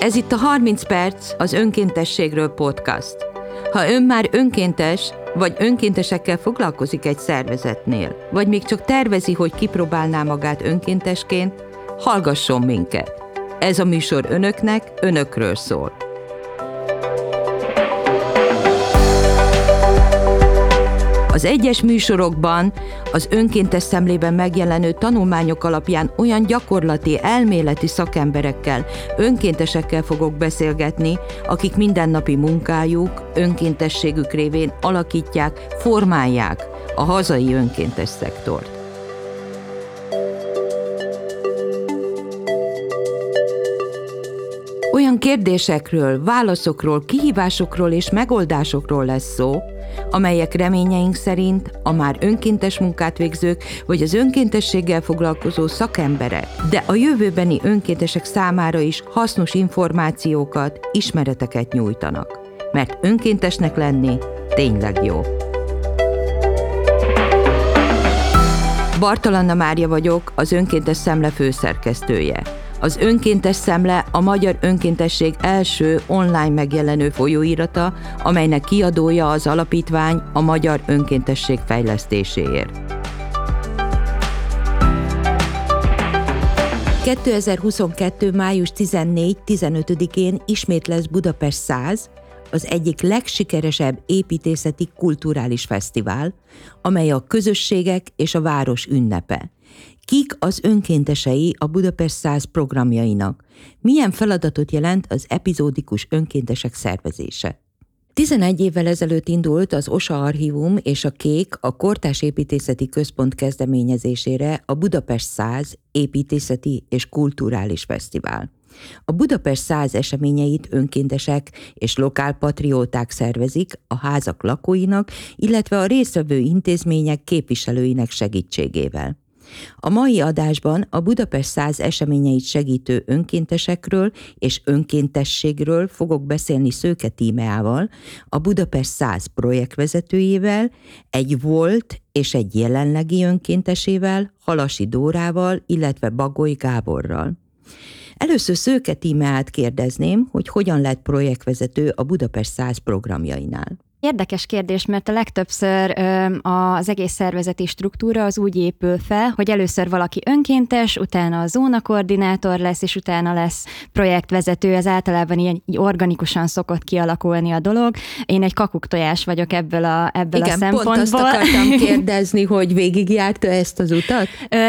Ez itt a 30 perc az önkéntességről podcast. Ha ön már önkéntes, vagy önkéntesekkel foglalkozik egy szervezetnél, vagy még csak tervezi, hogy kipróbálná magát önkéntesként, hallgasson minket. Ez a műsor önöknek, önökről szól. Az egyes műsorokban az önkéntes szemlében megjelenő tanulmányok alapján olyan gyakorlati, elméleti szakemberekkel, önkéntesekkel fogok beszélgetni, akik mindennapi munkájuk, önkéntességük révén alakítják, formálják a hazai önkéntes szektort. Olyan kérdésekről, válaszokról, kihívásokról és megoldásokról lesz szó, amelyek reményeink szerint a már önkéntes munkát végzők vagy az önkéntességgel foglalkozó szakemberek, de a jövőbeni önkéntesek számára is hasznos információkat, ismereteket nyújtanak. Mert önkéntesnek lenni tényleg jó. Bartalanna Mária vagyok, az Önkéntes Szemle főszerkesztője. Az Önkéntes Szemle a magyar önkéntesség első online megjelenő folyóirata, amelynek kiadója az alapítvány a magyar önkéntesség fejlesztéséért. 2022. május 14-15-én ismét lesz Budapest 100, az egyik legsikeresebb építészeti kulturális fesztivál, amely a közösségek és a város ünnepe. Kik az önkéntesei a Budapest 100 programjainak? Milyen feladatot jelent az epizódikus önkéntesek szervezése? 11 évvel ezelőtt indult az OSA Archívum és a KÉK a Kortárs Építészeti Központ kezdeményezésére a Budapest 100 építészeti és kulturális fesztivál. A Budapest 100 eseményeit önkéntesek és lokálpatrióták szervezik a házak lakóinak, illetve a résztvevő intézmények képviselőinek segítségével. A mai adásban a Budapest 100 eseményeit segítő önkéntesekről és önkéntességről fogok beszélni Szőke Tímeával, a Budapest 100 projektvezetőjével, egy volt és egy jelenlegi önkéntesével, Halasi Dórával, illetve Bagoly Gáborral. Először Szőke Tímeát kérdezném, hogy hogyan lett projektvezető a Budapest 100 programjainál. Érdekes kérdés, mert a legtöbbször az egész szervezeti struktúra az úgy épül fel, hogy először valaki önkéntes, utána a zónakoordinátor lesz, és utána lesz projektvezető, ez általában ilyen organikusan szokott kialakulni a dolog. Én egy kakuktojás vagyok ebből a szempontból. Igen, pont azt akartam kérdezni, hogy végigjárta ezt az utat?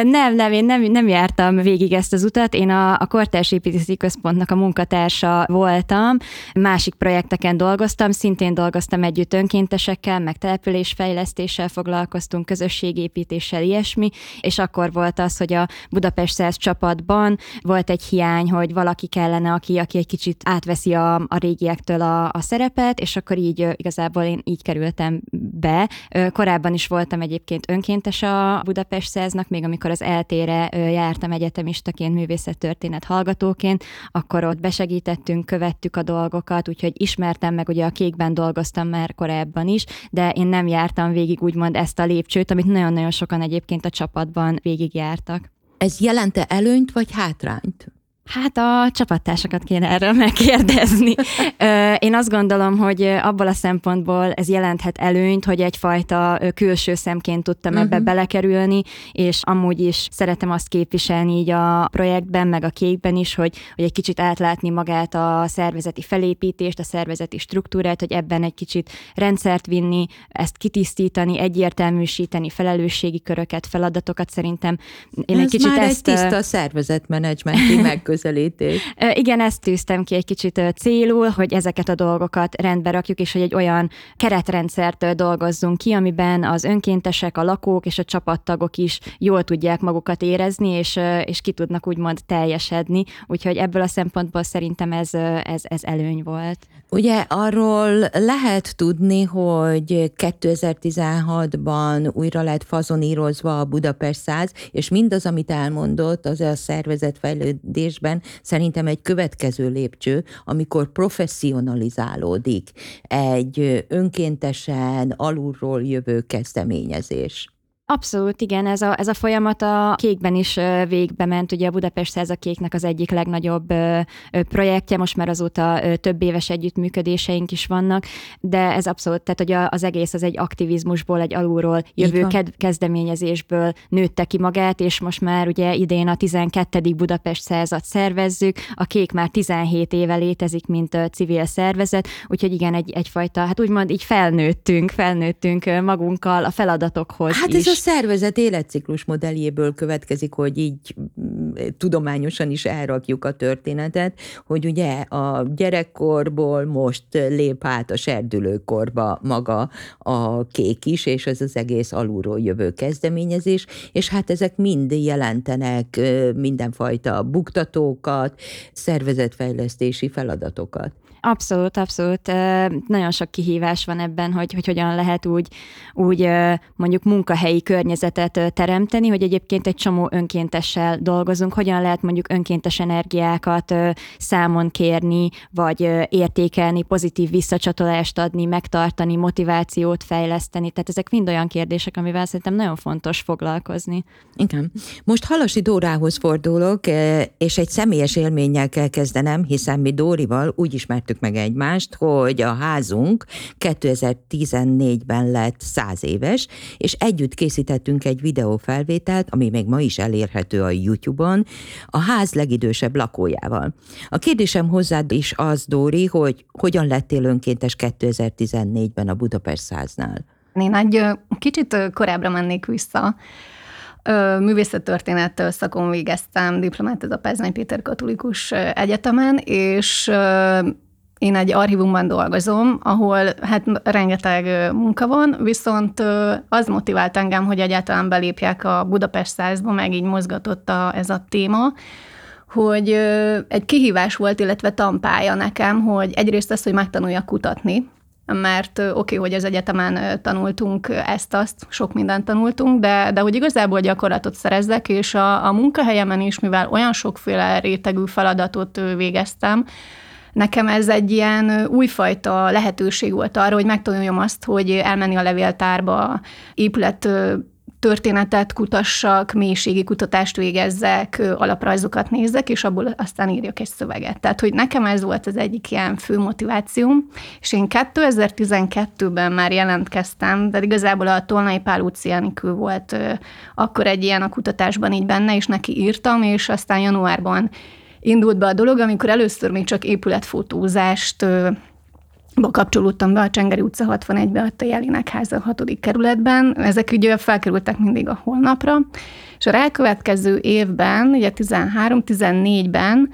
Én nem jártam végig ezt az utat, én a Kortárs Építészeti Központnak a munkatársa voltam, másik projekteken dolgoztam, szintén dolgoztam együtt önkéntesekkel, meg településfejlesztéssel foglalkoztunk, közösségépítéssel, ilyesmi, és akkor volt az, hogy a Budapest 100 csapatban volt egy hiány, hogy valaki kellene, aki egy kicsit átveszi a régiektől a szerepet, és akkor így igazából én így kerültem be. Korábban is voltam egyébként önkéntes a Budapest 100-nak, még amikor az ELTE-re jártam egyetemistaként, művészettörténet hallgatóként, akkor ott besegítettünk, követtük a dolgokat, úgyhogy ismertem meg, ugye a Kékben dolgoztam már korábban is, de én nem jártam végig úgymond ezt a lépcsőt, amit nagyon-nagyon sokan egyébként a csapatban végigjártak. Ez jelente előnyt vagy hátrányt? Hát a csapattársakat kéne erről megkérdezni. Én azt gondolom, hogy abból a szempontból ez jelenthet előnyt, hogy egyfajta külső szemként tudtam ebbe belekerülni, és amúgy is szeretem azt képviselni így a projektben, meg a Kékben is, hogy egy kicsit átlátni magát a szervezeti felépítést, a szervezeti struktúrát, hogy ebben egy kicsit rendszert vinni, ezt kitisztítani, egyértelműsíteni, felelősségi köröket, feladatokat szerintem. Én ez egy kicsit már egy tiszta szervezetmenedzsmenti megközelítés. Igen, ezt tűztem ki egy kicsit célul, hogy ezeket a dolgokat rendbe rakjuk, és hogy egy olyan keretrendszert dolgozzunk ki, amiben az önkéntesek, a lakók és a csapattagok is jól tudják magukat érezni, és ki tudnak úgymond teljesedni. Úgyhogy ebből a szempontból szerintem ez előny volt. Ugye arról lehet tudni, hogy 2016-ban újra lett fazonírozva a Budapest 100, és mindaz, amit elmondott, az a szervezetfejlődésben szerintem egy következő lépcső, amikor professzionalizálódik egy önkéntesen alulról jövő kezdeményezés. Abszolút, igen, ez a folyamat a Kékben is végbe ment, ugye a Budapest 100 a Kéknek az egyik legnagyobb projektje, most már azóta több éves együttműködéseink is vannak, de ez abszolút, tehát hogy az egész az egy aktivizmusból, egy alulról jövő kezdeményezésből nőtte ki magát, és most már ugye idén a 12. Budapest 100-at szervezzük, a Kék már 17 éve létezik, mint civil szervezet, úgyhogy igen, egyfajta, hát úgymond így felnőttünk magunkkal a feladatokhoz hát is. Ez a szervezet életciklus modelljéből következik, hogy így tudományosan is elrakjuk a történetet, hogy ugye a gyerekkorból most lép át a serdülőkorba maga a Kék is, és ez az egész alulról jövő kezdeményezés, és hát ezek mind jelentenek mindenfajta buktatókat, szervezetfejlesztési feladatokat. Abszolút. Nagyon sok kihívás van ebben, hogy hogyan lehet úgy mondjuk munkahelyi környezetet teremteni, hogy egyébként egy csomó önkéntessel dolgozunk, hogyan lehet mondjuk önkéntes energiákat számon kérni, vagy értékelni, pozitív visszacsatolást adni, megtartani, motivációt fejleszteni. Tehát ezek mind olyan kérdések, amivel szerintem nagyon fontos foglalkozni. Igen. Most Halasi Dórához fordulok, és egy személyes élménnyel kell kezdenem, hiszen mi Dórival úgy ismertük meg egymást, hogy a házunk 2014-ben lett 100 éves, és együtt készítettünk egy videófelvételt, ami még ma is elérhető a YouTube-on, a ház legidősebb lakójával. A kérdésem hozzád is az, Dóri, hogy hogyan lettél önkéntes 2014-ben a Budapest 100-nál? Én egy kicsit korábbra mennék vissza. Művészettörténet szakon végeztem diplomát a Pázmány Péter Katolikus Egyetemen, és én egy archívumban dolgozom, ahol hát rengeteg munka van, viszont az motivált engem, hogy egyáltalán belépjek a Budapest 100-ba, meg így mozgatott ez a téma, hogy egy kihívás volt, illetve tanpálya nekem, hogy egyrészt az, hogy megtanuljak kutatni, mert oké, hogy az egyetemen tanultunk ezt-azt, sok mindent tanultunk, de hogy igazából gyakorlatot szerezzek, és a munkahelyemen is, mivel olyan sokféle rétegű feladatot végeztem, nekem ez egy ilyen újfajta lehetőség volt arra, hogy megtanuljam azt, hogy elmenni a levéltárba, épület történetet kutassak, mélységi kutatást végezzek, alaprajzokat nézzek, és abból aztán írjak egy szöveget. Tehát, hogy nekem ez volt az egyik ilyen fő motivációm, és én 2012-ben már jelentkeztem, de igazából a Tolnai Pál Luci Enikő volt akkor egy ilyen a kutatásban így benne, és neki írtam, és aztán januárban indult be a dolog, amikor először még csak épületfotózást kapcsolódtam be a Csengeri utca 61-be, a Jelinek háza 6. kerületben. Ezek ugye felkerültek mindig a holnapra, és a rákövetkező évben, ugye 13-14-ben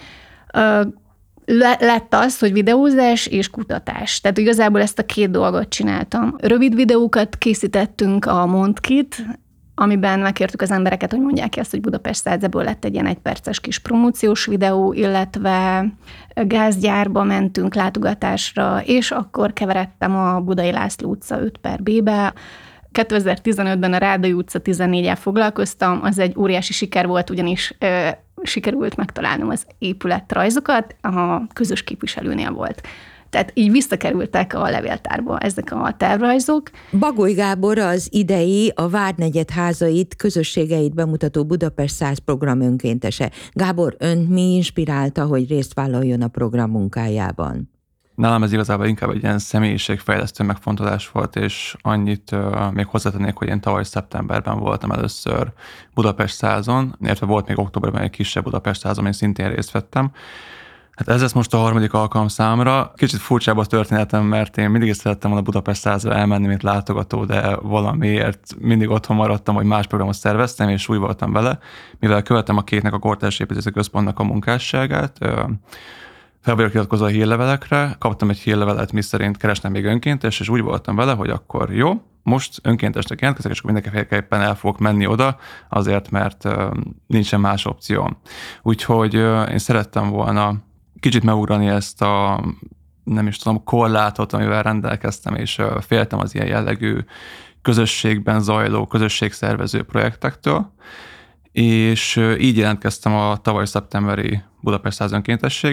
lett az, hogy videózás és kutatás. Tehát igazából ezt a két dolgot csináltam. Rövid videókat készítettünk a Mondkit, amiben megkértük az embereket, hogy mondják ki azt, hogy Budapest 100-ból lett egy ilyen 1 perces kis promóciós videó, illetve gázgyárba mentünk látogatásra, és akkor keveredtem a Budai László utca 5/B-be. 2015-ben a Rádai utca 14-el foglalkoztam, az egy óriási siker volt, ugyanis sikerült megtalálnom az épületrajzokat, a közös képviselőnél volt. Tehát így visszakerültek a levéltárba ezek a tervrajzok. Bagoly Gábor az idei a Várnegyed házait, közösségeit bemutató Budapest 100 program önkéntese. Gábor, önt mi inspirálta, hogy részt vállaljon a program munkájában? Nálam ez igazából inkább egy ilyen személyiségfejlesztő megfontolás volt, és annyit még hozzátennék, hogy én tavaly szeptemberben voltam először Budapest 100-on, illetve volt még októberben egy kisebb Budapest 100-on, én szintén részt vettem. Hát ez lesz most a 3. alkalom számra. Kicsit furcsább a történetem, mert én mindig is szerettem volna Budapest 100-ra elmenni, mint látogató, de valamiért mindig otthon maradtam, hogy más programot szerveztem, és úgy voltam vele, mivel követem a Kéknek, a Kortárs Építészeti Központnak a munkásságát. Fel vagyok iratkozva a hírlevelekre, kaptam egy hírlevelet, miszerint keresnem még önkéntes, és úgy voltam vele, hogy akkor jó, most önkéntesnek jelentkezek, és akkor mindenképpen el fogok menni oda, azért, mert nincsen más opció. Úgyhogy én szerettem volna kicsit megugrani ezt a, nem is tudom, korlátot, amivel rendelkeztem, és féltem az ilyen jellegű közösségben zajló, közösségszervező projektektől, és így jelentkeztem a tavaly szeptemberi Budapest 100 önkéntességre,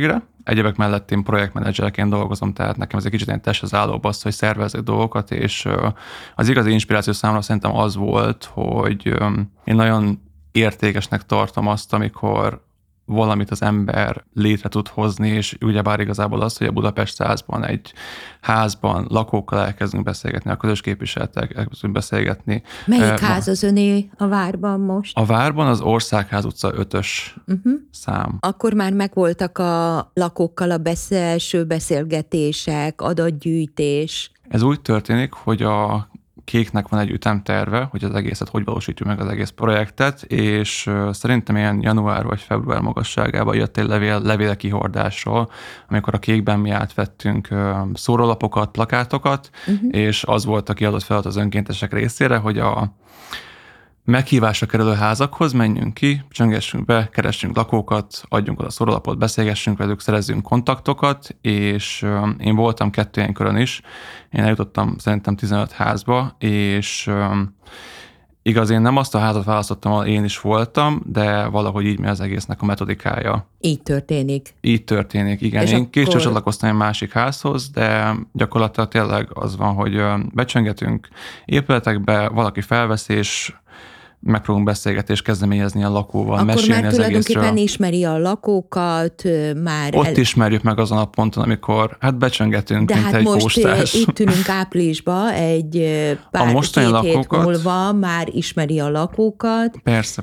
egyebek mellett én projektmenedzserként dolgozom, tehát nekem ez egy kicsit ilyen test az állóba az, hogy szervezzek dolgokat, és az igazi inspiráció számomra szerintem az volt, hogy én nagyon értékesnek tartom azt, amikor valamit az ember létre tud hozni, és ugyebár igazából az, hogy a Budapest 100-ban egy házban lakókkal elkezdünk beszélgetni, a közös képviselettel elkezdünk beszélgetni. Melyik ház az öné a Várban most? A Várban az Országház utca 5-ös szám. Akkor már megvoltak a lakókkal a első beszélgetések, adatgyűjtés. Ez úgy történik, hogy a Kéknek van egy ütemterve, hogy az egészet hogy valósítjuk meg az egész projektet, és szerintem ilyen január vagy február magasságában jött egy levél kihordásról, amikor a Kékben mi átvettünk szórólapokat, plakátokat, és az volt a kiadott feladat az önkéntesek részére, hogy a meghívásra kerülő házakhoz menjünk ki, csöngessünk be, keressünk lakókat, adjunk oda szórólapot, beszélgessünk velük, szerezzünk kontaktokat, és én voltam 2 ilyen körön is. Én eljutottam szerintem 15 házba, és igaz, én nem azt a házat választottam, ahol én is voltam, de valahogy így mi az egésznek a metodikája. Így történik. Így történik, igen. És én később csatlakoztam egy másik házhoz, de gyakorlatilag tényleg az van, hogy becsöngetünk épületekbe, valaki felvesz, és megpróbálunk beszélgetést kezdeményezni a lakóval, akkor mesélni már az egészről. tulajdonképpen ismeri a lakókat, már... Ott ismerjük meg azon a ponton, amikor becsöngetünk, de mint hát egy most postás. itt ülünk áprilisba, egy pár két hét múlva már ismeri a lakókat. Persze.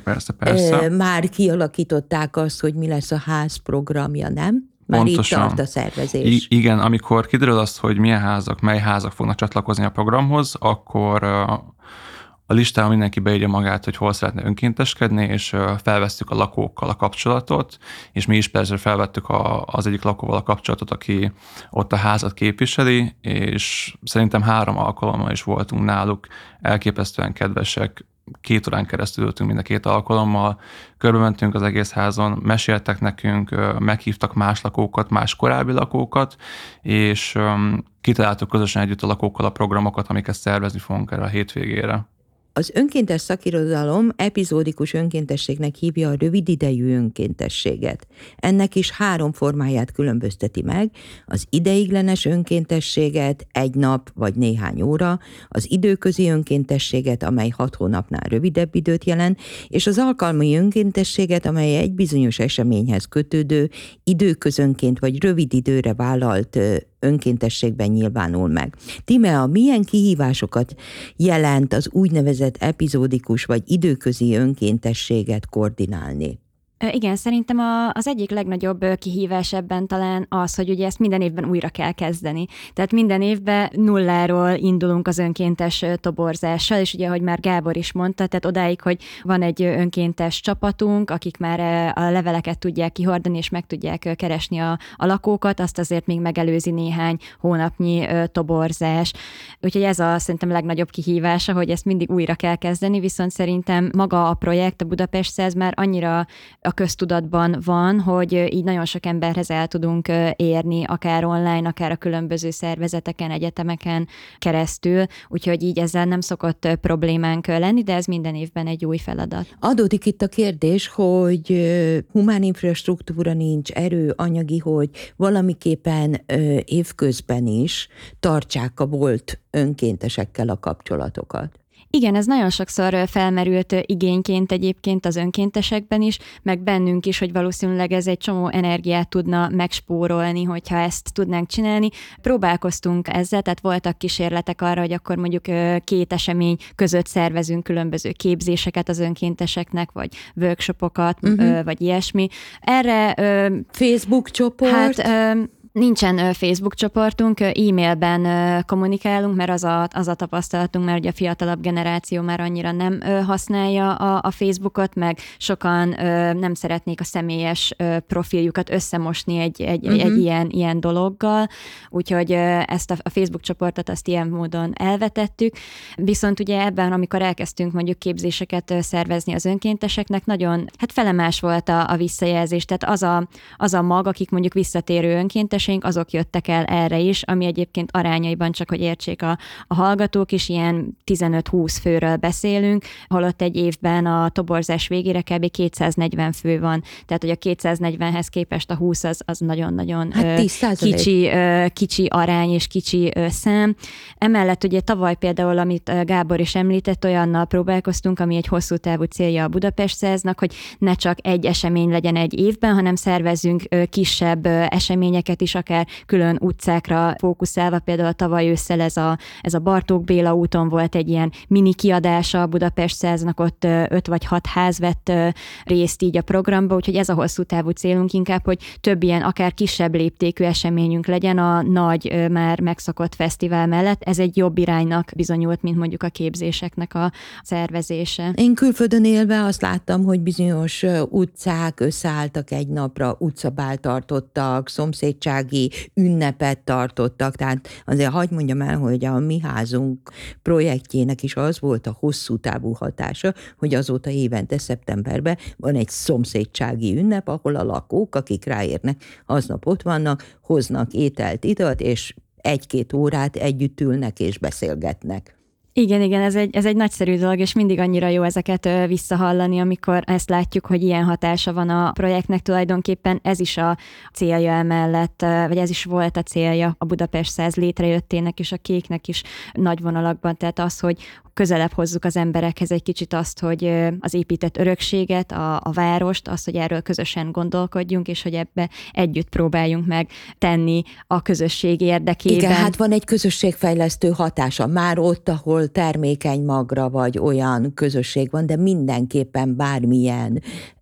Már kialakították azt, hogy mi lesz a ház programja, nem? Már Pontosan. itt tart a szervezés. Igen, amikor kiderül az, hogy mely házak fognak csatlakozni a programhoz, akkor a listában mindenki beírja magát, hogy hol szeretne önkénteskedni, és felvesszük a lakókkal a kapcsolatot, és mi is persze felvettük az egyik lakóval a kapcsolatot, aki ott a házat képviseli, és szerintem 3 alkalommal is voltunk náluk, elképesztően kedvesek, 2 órán keresztül ültünk mind a 2 alkalommal, körbementünk az egész házon, meséltek nekünk, meghívtak más lakókat, más korábbi lakókat, és kitaláltuk közösen együtt a lakókkal a programokat, amiket szervezni fogunk erre a hétvégére. Az önkéntes szakirodalom epizódikus önkéntességnek hívja a rövid idejű önkéntességet. Ennek is 3 formáját különbözteti meg, az ideiglenes önkéntességet 1 nap vagy néhány óra, az időközi önkéntességet, amely 6 hónapnál rövidebb időt jelent, és az alkalmi önkéntességet, amely egy bizonyos eseményhez kötődő, időközönként vagy rövid időre vállalt önkéntességben nyilvánul meg. Tímea, milyen kihívásokat jelent az úgynevezett epizódikus vagy időközi önkéntességet koordinálni? Igen, szerintem az egyik legnagyobb kihívás ebben talán az, hogy ugye ezt minden évben újra kell kezdeni. Tehát minden évben nulláról indulunk az önkéntes toborzással, és ugye, ahogy már Gábor is mondta, tehát odáig, hogy van egy önkéntes csapatunk, akik már a leveleket tudják kihordani, és meg tudják keresni a lakókat, azt azért még megelőzi néhány hónapnyi toborzás. Úgyhogy ez szerintem legnagyobb kihívása, hogy ezt mindig újra kell kezdeni, viszont szerintem maga a projekt, a Budapest 100 már annyira a köztudatban van, hogy így nagyon sok emberhez el tudunk érni, akár online, akár a különböző szervezeteken, egyetemeken keresztül, úgyhogy így ezzel nem szokott problémánk lenni, de ez minden évben egy új feladat. Adódik itt a kérdés, hogy humán infrastruktúra nincs, erő, anyagi, hogy valamiképpen évközben is tartsák a volt önkéntesekkel a kapcsolatokat. Igen, ez nagyon sokszor felmerült igényként egyébként az önkéntesekben is, meg bennünk is, hogy valószínűleg ez egy csomó energiát tudna megspórolni, hogyha ezt tudnánk csinálni. Próbálkoztunk ezzel, tehát voltak kísérletek arra, hogy akkor mondjuk 2 esemény között szervezünk különböző képzéseket az önkénteseknek, vagy workshopokat, vagy ilyesmi. Erre Facebook csoport? Nincsen Facebook csoportunk, e-mailben kommunikálunk, mert az a tapasztalatunk, mert ugye a fiatalabb generáció már annyira nem használja a Facebookot, meg sokan nem szeretnék a személyes profiljukat összemosni egy ilyen dologgal, úgyhogy ezt a Facebook csoportot azt ilyen módon elvetettük. Viszont ugye ebben, amikor elkezdtünk mondjuk képzéseket szervezni az önkénteseknek, nagyon felemás volt a visszajelzés, tehát az a mag, akik mondjuk visszatérő önkéntesek, önkénteseink, azok jöttek el erre is, ami egyébként arányaiban, csak hogy értsék a hallgatók is, ilyen 15-20 főről beszélünk, holott egy évben a toborzás végére kb. 240 fő van. Tehát, hogy a 240-hez képest a 20 az nagyon-nagyon kicsi arány és kicsi szám. Emellett ugye tavaly például, amit Gábor is említett, olyannal próbálkoztunk, ami egy hosszú távú célja a Budapest Száznak, hogy ne csak egy esemény legyen egy évben, hanem szervezzünk kisebb eseményeket is, akár külön utcákra fókuszálva. Például tavaly ősszel ez a Bartók Béla úton volt egy ilyen mini kiadása a Budapest Száznak, ott 5 vagy 6 ház vett részt így a programba, úgyhogy ez a hosszú távú célunk inkább, hogy több ilyen akár kisebb léptékű eseményünk legyen a nagy, már megszokott fesztivál mellett. Ez egy jobb iránynak bizonyult, mint mondjuk a képzéseknek a szervezése. Én külföldön élve azt láttam, hogy bizonyos utcák összeálltak egy napra, utcabált tartottak, szomszédsági ünnepet tartottak, tehát azért hagyd mondjam el, hogy a Mi Házunk projektjének is az volt a hosszú távú hatása, hogy azóta évente szeptemberben van egy szomszédsági ünnep, ahol a lakók, akik ráérnek, aznap ott vannak, hoznak ételt, italt, és 1-2 órát együtt ülnek és beszélgetnek. Igen, ez egy nagyszerű dolog, és mindig annyira jó ezeket visszahallani, amikor ezt látjuk, hogy ilyen hatása van a projektnek. Tulajdonképpen ez is a célja emellett, vagy ez is volt a célja a Budapest 100 létrejöttének és a Kéknek is nagy vonalakban. Tehát az, hogy közelebb hozzuk az emberekhez egy kicsit azt, hogy az épített örökséget, a várost, azt, hogy erről közösen gondolkodjunk, és hogy ebbe együtt próbáljunk meg tenni a közösség érdekében. Igen, hát van egy közösségfejlesztő hatása. Már ott, ahol termékeny magra vagy olyan közösség van, de mindenképpen bármilyen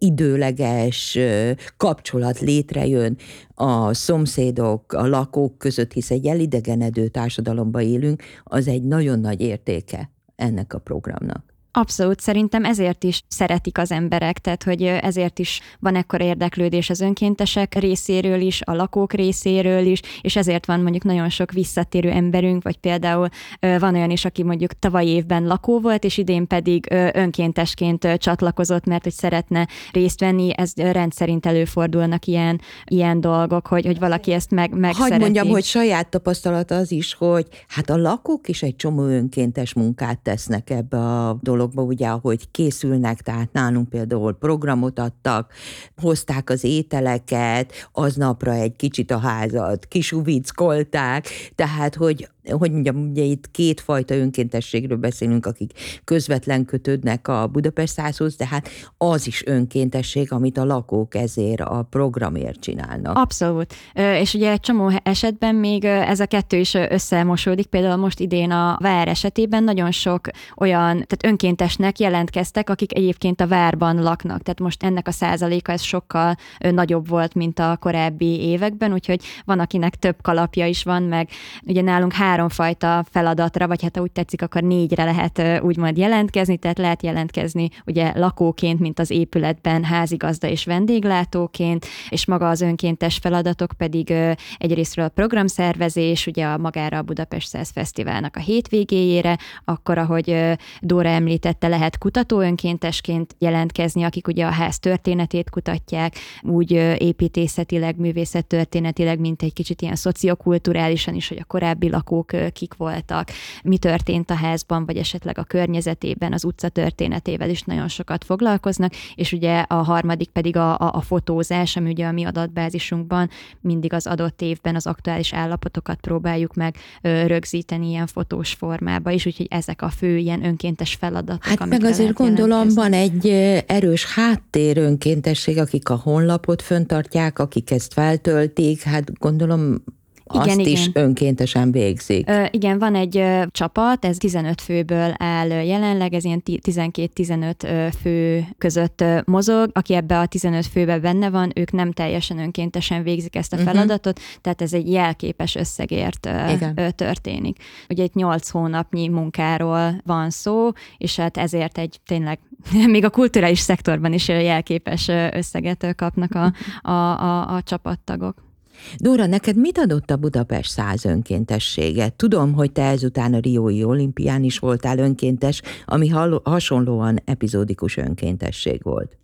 időleges kapcsolat létrejön a szomszédok, a lakók között, hisz egy elidegenedő társadalomban élünk, az egy nagyon nagy értéke ennek a programnak. Abszolút, szerintem ezért is szeretik az emberek, tehát hogy ezért is van ekkora érdeklődés az önkéntesek részéről is, a lakók részéről is, és ezért van mondjuk nagyon sok visszatérő emberünk, vagy például van olyan is, aki mondjuk tavaly évben lakó volt, és idén pedig önkéntesként csatlakozott, mert hogy szeretne részt venni, ez rendszerint előfordulnak ilyen dolgok, hogy valaki ezt meg Hadd mondjam, hogy saját tapasztalat az is, hogy hát a lakók is egy csomó önkéntes munkát tesznek ebbe a dologba, ugye, ahogy készülnek, tehát nálunk például programot adtak, hozták az ételeket, aznapra egy kicsit a házat kisuvickolták, tehát hogy mondjam, ugye itt kétfajta önkéntességről beszélünk, akik közvetlen kötődnek a Budapest 100-hoz, de hát az is önkéntesség, amit a lakók ezért a programért csinálnak. Abszolút. És ugye egy csomó esetben még ez a kettő is összemosódik. Például most idén a Vár esetében nagyon sok olyan, tehát önkéntesnek jelentkeztek, akik egyébként a Várban laknak. Tehát most ennek a százaléka ez sokkal nagyobb volt, mint a korábbi években, úgyhogy van, akinek több kalapja is van, meg ugye nálunk 3 fajta feladatra, vagy hát ha úgy tetszik, akkor 4-re lehet úgymond jelentkezni, tehát lehet jelentkezni ugye lakóként, mint az épületben, házigazda és vendéglátóként, és maga az önkéntes feladatok pedig egyrésztről a programszervezés, ugye magára a Budapest 100 Fesztiválnak a hétvégéjére, akkor, ahogy Dóra említette, lehet kutató önkéntesként jelentkezni, akik ugye a ház történetét kutatják, úgy építészetileg, művészettörténetileg, mint egy kicsit ilyen szociokulturálisan is, hogy a korábbi lakók kik voltak, mi történt a házban, vagy esetleg a környezetében, az utca történetével is nagyon sokat foglalkoznak, és ugye a harmadik pedig a fotózás, ami ugye a mi adatbázisunkban mindig az adott évben az aktuális állapotokat próbáljuk meg rögzíteni ilyen fotós formába is, úgyhogy ezek a fő ilyen önkéntes feladatok. Hát meg azért gondolom van egy erős háttér önkéntesség, akik a honlapot föntartják, akik ezt feltöltik, hát gondolom azt is önkéntesen végzik. Igen, van egy csapat, ez 15 főből áll jelenleg, ez ilyen 12-15 fő között mozog, aki ebbe a 15 főbe benne van, ők nem teljesen önkéntesen végzik ezt a feladatot, tehát ez egy jelképes összegért történik. Ugye itt 8 hónapnyi munkáról van szó, és hát ezért egy tényleg még a kulturális szektorban is jelképes összeget kapnak a csapattagok. Dóra, neked mit adott a Budapest 100 önkéntessége? Tudom, hogy te ezután a Riói olimpián is voltál önkéntes, ami hasonlóan epizódikus önkéntesség volt.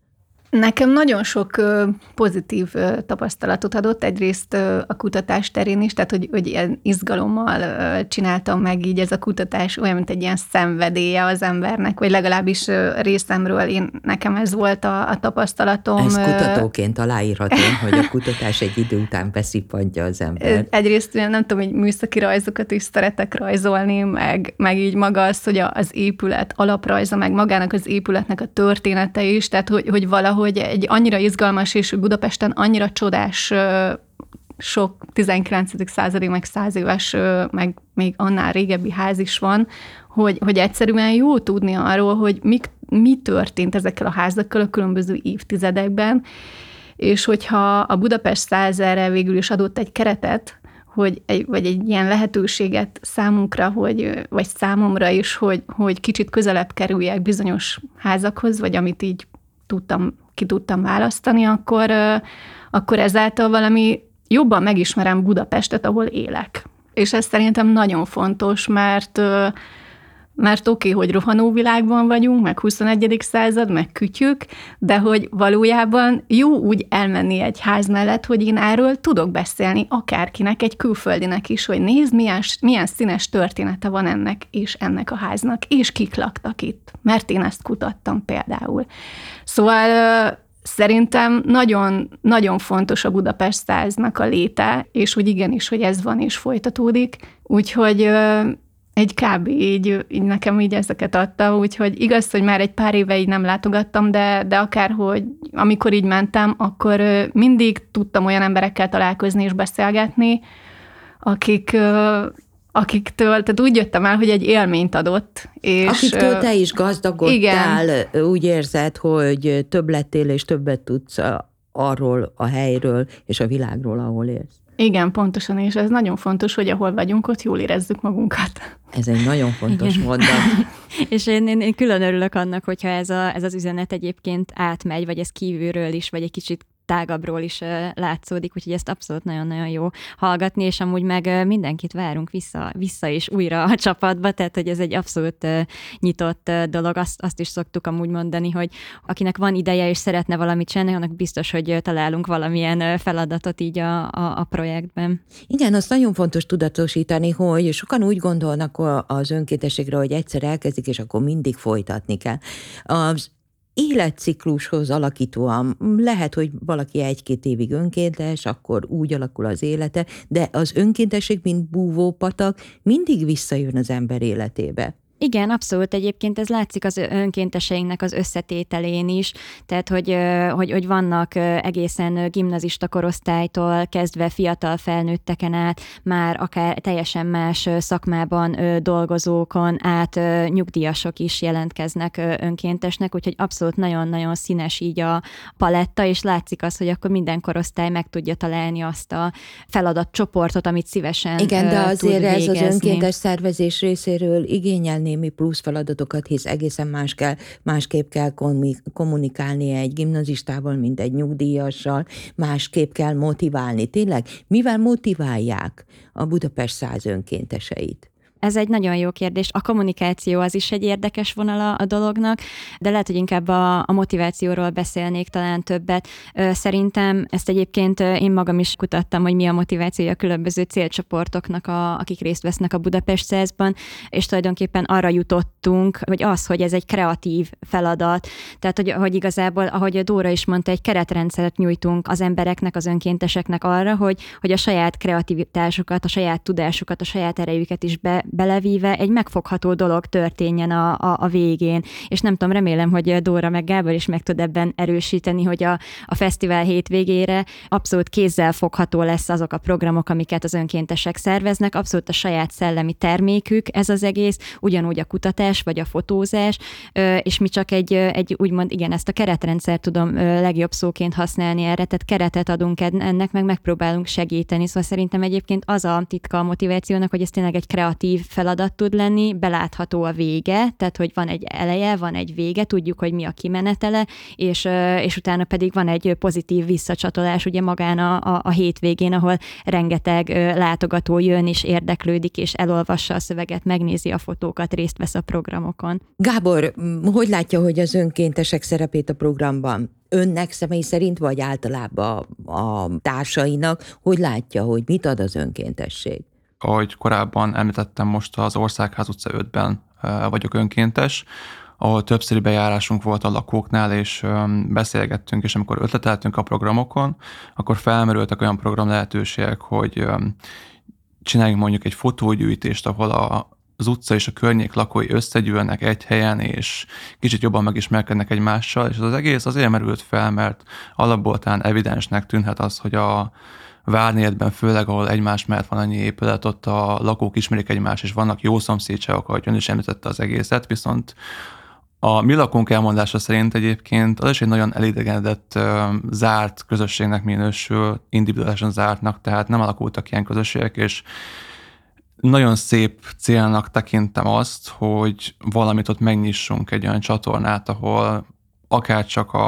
Nekem nagyon sok pozitív tapasztalatot adott, egyrészt a kutatás terén is, tehát hogy ilyen izgalommal csináltam meg így ez a kutatás, olyan, mint egy ilyen szenvedélye az embernek, vagy legalábbis részemről nekem ez volt a tapasztalatom. Ez kutatóként aláírható, hogy a kutatás egy idő után beszippantja az embert. Egyrészt nem tudom, hogy műszaki rajzokat is szeretek rajzolni, meg így maga az, hogy az épület alaprajza, meg magának az épületnek a története is, tehát hogy valahogy egy annyira izgalmas, és Budapesten annyira csodás, sok 19. századi, meg 100 éves, meg még annál régebbi ház is van, hogy egyszerűen jó tudni arról, hogy mi történt ezekkel a házakkal a különböző évtizedekben, és hogyha a Budapest 100 erre végül is adott egy keretet, vagy egy ilyen lehetőséget számunkra, vagy számomra is, hogy kicsit közelebb kerüljek bizonyos házakhoz, vagy amit így ki tudtam választani, akkor ezáltal valami jobban megismerem Budapestet, ahol élek. És ez szerintem nagyon fontos, mert oké, hogy rohanó világban vagyunk, meg 21. század, meg kütyük, de hogy valójában jó úgy elmenni egy ház mellett, hogy én erről tudok beszélni akárkinek, egy külföldinek is, hogy nézd, milyen színes története van ennek és ennek a háznak, és kik laktak itt, mert én ezt kutattam például. Szóval szerintem nagyon, nagyon fontos a Budapest 100-nak a léte, és hogy igenis, hogy ez van és folytatódik, úgyhogy egy kb. Így nekem így ezeket adta, úgyhogy igaz, hogy már egy pár éve így nem látogattam, de akárhogy, amikor így mentem, akkor mindig tudtam olyan emberekkel találkozni és beszélgetni, akiktől, tehát úgy jöttem el, hogy egy élményt adott. És akiktől te is gazdagodtál, igen. Úgy érzed, hogy több lettél és többet tudsz arról a helyről és a világról, ahol élsz. Igen, pontosan, és ez nagyon fontos, hogy ahol vagyunk, ott jól érezzük magunkat. Ez egy nagyon fontos mondat. És én külön örülök annak, hogyha ez az üzenet egyébként átmegy, vagy ez kívülről is, vagy egy kicsit tágabbról is látszódik, úgyhogy ezt abszolút nagyon-nagyon jó hallgatni, és amúgy meg mindenkit várunk vissza is újra a csapatba, tehát hogy ez egy abszolút nyitott dolog. Azt is szoktuk amúgy mondani, hogy akinek van ideje és szeretne valamit csinálni, annak biztos, hogy találunk valamilyen feladatot így a projektben. Igen, azt nagyon fontos tudatosítani, hogy sokan úgy gondolnak az önkéntességre, hogy egyszer elkezdik, és akkor mindig folytatni kell. Az életciklushoz alakítóan lehet, hogy valaki 1-2 évig önkéntes, akkor úgy alakul az élete, de az önkéntesség, mint búvópatak, mindig visszajön az ember életébe. Igen, abszolút. Egyébként ez látszik az önkénteseinknek az összetételén is, tehát hogy vannak egészen gimnazista korosztálytól kezdve fiatal felnőtteken át, már akár teljesen más szakmában dolgozókon át nyugdíjasok is jelentkeznek önkéntesnek, úgyhogy abszolút nagyon-nagyon színes így a paletta, és látszik az, hogy akkor minden korosztály meg tudja találni azt a feladatcsoportot, amit szívesen igen, de azért tud végezni. Ez az önkéntes szervezés részéről igényel némi plusz feladatokat, hisz egészen másképp kell kommunikálni egy gimnazistával, mint egy nyugdíjassal, másképp kell motiválni. Tényleg, mivel motiválják a Budapest 100 önkénteseit? Ez egy nagyon jó kérdés. A kommunikáció az is egy érdekes vonala a dolognak, de lehet, hogy inkább a motivációról beszélnék talán többet. Szerintem ezt egyébként én magam is kutattam, hogy mi a motivációja a különböző célcsoportoknak, akik részt vesznek a Budapest 100-ban, és tulajdonképpen arra jutottunk, hogy hogy ez egy kreatív feladat. Tehát, hogy igazából, ahogy Dóra is mondta, egy keretrendszert nyújtunk az embereknek, az önkénteseknek arra, hogy a saját kreativitásukat, a saját tudásukat, a saját erejüket is belevíve egy megfogható dolog történjen a végén. És nem tudom, remélem, hogy Dóra meg Gábor is meg tud ebben erősíteni, hogy a fesztivál hétvégére abszolút kézzel fogható lesz azok a programok, amiket az önkéntesek szerveznek, abszolút a saját szellemi termékük ez az egész, ugyanúgy a kutatás vagy a fotózás, és mi csak egy úgymond, igen, ezt a keretrendszert tudom legjobb szóként használni erre, tehát keretet adunk ennek, meg megpróbálunk segíteni. Szóval szerintem egyébként az a titka a motivációnak, hogy ez tényleg egy kreatív iteratív feladat tud lenni, belátható a vége, tehát hogy van egy eleje, van egy vége, tudjuk, hogy mi a kimenetele, és utána pedig van egy pozitív visszacsatolás ugye magán a hétvégén, ahol rengeteg látogató jön és érdeklődik, és elolvassa a szöveget, megnézi a fotókat, részt vesz a programokon. Gábor, hogy látja, hogy az önkéntesek szerepét a programban? Önnek személy szerint, vagy általában a társainak, hogy látja, hogy mit ad az önkéntesség? Ahogy korábban említettem, most az Országház utca 5-ben vagyok önkéntes, ahol többszöri bejárásunk volt a lakóknál, és beszélgettünk, és amikor ötleteltünk a programokon, akkor felmerültek olyan program lehetőségek, hogy csináljunk mondjuk egy fotógyűjtést, ahol az utca és a környék lakói összegyűlnek egy helyen, és kicsit jobban megismerkednek egymással, és az egész azért merült fel, mert alapból talán evidensnek tűnhet az, hogy a Várnégyedben, főleg ahol egymás mellett van annyi épület, ott a lakók ismerik egymást, és vannak jó szomszédságok, ahogy ön is említette az egészet, viszont a mi lakónk elmondása szerint egyébként az is egy nagyon elidegenedett, zárt közösségnek minősül, individuálisan zártnak, tehát nem alakultak ilyen közösségek, és nagyon szép célnak tekintem azt, hogy valamit ott megnyissunk, egy olyan csatornát, ahol akár csak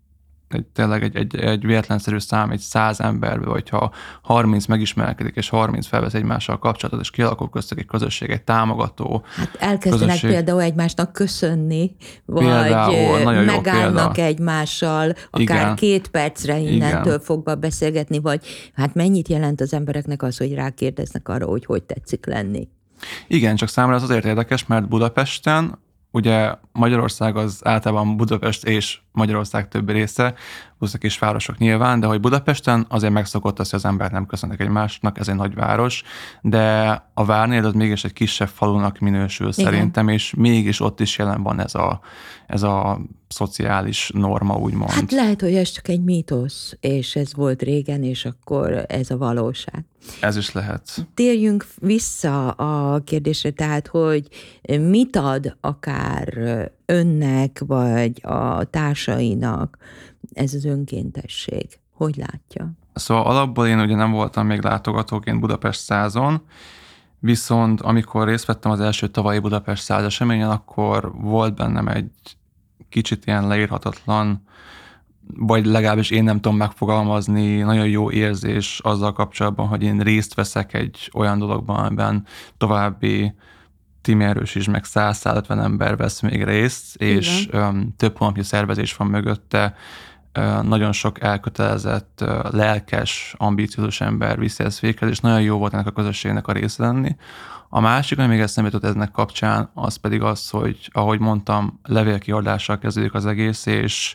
tényleg egy véletlenszerű szám, egy 100 emberből, hogyha 30 megismerkedik, és 30 felvesz egymással kapcsolatot, és kialakul köztük egy közösség, egy támogató Hát elkezdenek közösség. például egymásnak köszönni, vagy Például, megállnak egymással, akár Igen. 2 percre innentől Igen. fogva beszélgetni, vagy hát mennyit jelent az embereknek az, hogy rákérdeznek arra, hogy tetszik lenni. Igen, csak számomra ez azért érdekes, mert Budapesten, ugye Magyarország az általában Budapest és Magyarország többi része, plusz a kisvárosok nyilván, de hogy Budapesten azért megszokott az, hogy az emberek nem köszönnek egymásnak, ez egy nagyváros, de a Várnéd az mégis egy kisebb falunak minősül szerintem, és mégis ott is jelen van ez a szociális norma, úgymond. Hát lehet, hogy ez csak egy mítosz, és ez volt régen, és akkor ez a valóság. Ez is lehet. Térjünk vissza a kérdésre, tehát, hogy mit ad akár önnek, vagy a társainak ez az önkéntesség? Hogy látja? Szóval alapból én ugye nem voltam még látogatóként Budapest 100-on, viszont amikor részt vettem az első tavalyi Budapest 100 eseményen, akkor volt bennem egy kicsit ilyen leírhatatlan, vagy legalábbis én nem tudom megfogalmazni, nagyon jó érzés azzal kapcsolatban, hogy én részt veszek egy olyan dologban, amiben további Timi Erős is, meg 100-150 ember vesz még részt, és több hónapnyi szervezés van mögötte, nagyon sok elkötelezett, lelkes, ambíciózus ember viszi ezt véghez, és nagyon jó volt ennek a közösségnek a része lenni. A másik, ami még eszembe jutott ennek kapcsán, az pedig az, hogy ahogy mondtam, levélkiadással kezdődik az egész, és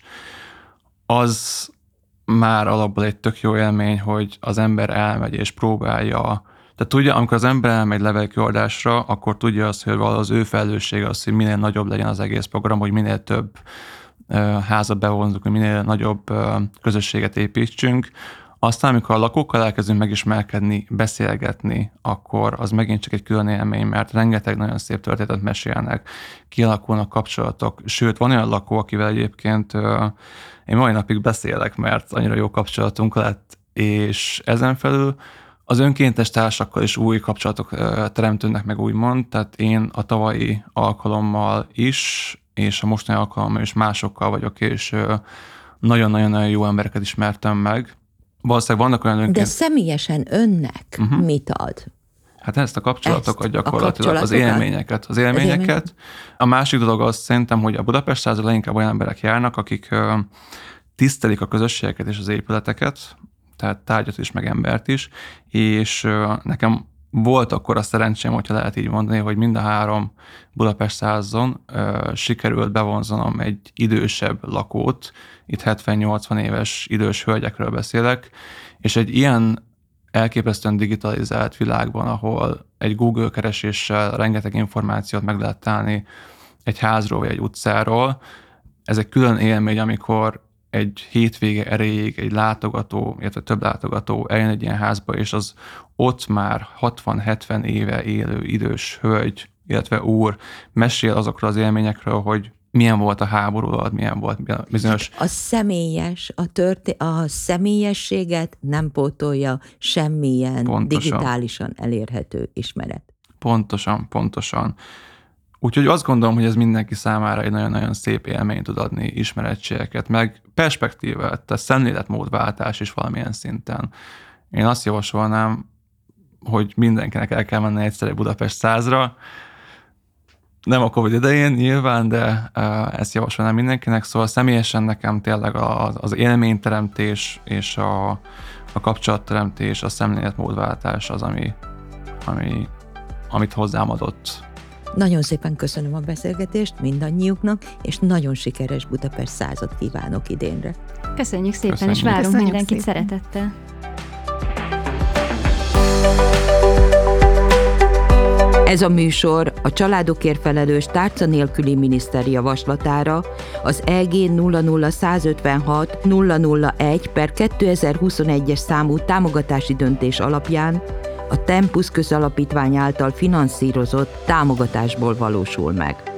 az már alapból egy tök jó élmény, hogy az ember elmegy és próbálja. Tehát tudja, amikor az ember elmegy levélkiadásra, akkor tudja azt, hogy az ő felelőssége az, hogy minél nagyobb legyen az egész program, hogy minél több házat bevonzunk, hogy minél nagyobb közösséget építsünk. Aztán, amikor a lakókkal elkezdünk megismerkedni, beszélgetni, akkor az megint csak egy külön élmény, mert rengeteg nagyon szép történetet mesélnek, kialakulnak kapcsolatok. Sőt, van olyan lakó, akivel egyébként én mai napig beszélek, mert annyira jó kapcsolatunk lett, és ezen felül az önkéntes társakkal is új kapcsolatok teremtődnek meg, úgymond. Tehát én a tavalyi alkalommal is, és a mostani alkalommal is másokkal vagyok, és nagyon-nagyon jó embereket ismertem meg. Valószínűleg vannak olyan De személyesen önnek mit ad? Hát ezt a kapcsolatokat gyakorlatilag, az élményeket. A másik dolog az szerintem, hogy a Budapest 100 leginkább olyan emberek járnak, akik tisztelik a közösségeket és az épületeket, tehát tárgyat is, meg embert is, és nekem volt akkor a szerencsém, hogyha lehet így mondani, hogy mind a 3 Budapest 100-on sikerült bevonzanom egy idősebb lakót, itt 70-80 éves idős hölgyekről beszélek, és egy ilyen elképesztően digitalizált világban, ahol egy Google kereséssel rengeteg információt meg lehet találni egy házról vagy egy utcáról, ez egy külön élmény, amikor egy hétvége erejéig egy látogató, illetve több látogató eljön egy ilyen házba, és az ott már 60-70 éve élő idős hölgy, illetve úr mesél azokról az élményekről, hogy milyen volt a háború alatt, milyen volt bizonyos... A személyes, a személyességet nem pótolja semmilyen Pontosan. digitálisan elérhető ismeret. Pontosan. Úgyhogy azt gondolom, hogy ez mindenki számára egy nagyon-nagyon szép élmény tud adni, ismerettségeket, meg perspektívát, tehát szemléletmódváltás is valamilyen szinten. Én azt javasolnám, hogy mindenkinek el kell menni egyszer Budapest 100-ra. Nem a Covid idején nyilván, de ezt javasolnám mindenkinek. Szóval személyesen nekem tényleg az élményteremtés és a kapcsolatteremtés, a szemléletmódváltás az, amit hozzám adott. Nagyon szépen köszönöm a beszélgetést mindannyiuknak, és nagyon sikeres Budapest 100-at kívánok idénre. Köszönjük szépen, Köszönjük. és várunk Köszönjük mindenkit szépen. szeretettel. Ez a műsor a családokért felelős tárca nélküli miniszter javaslatára, az EG 00156 001/2021-es számú támogatási döntés alapján a Tempus közalapítvány által finanszírozott támogatásból valósul meg.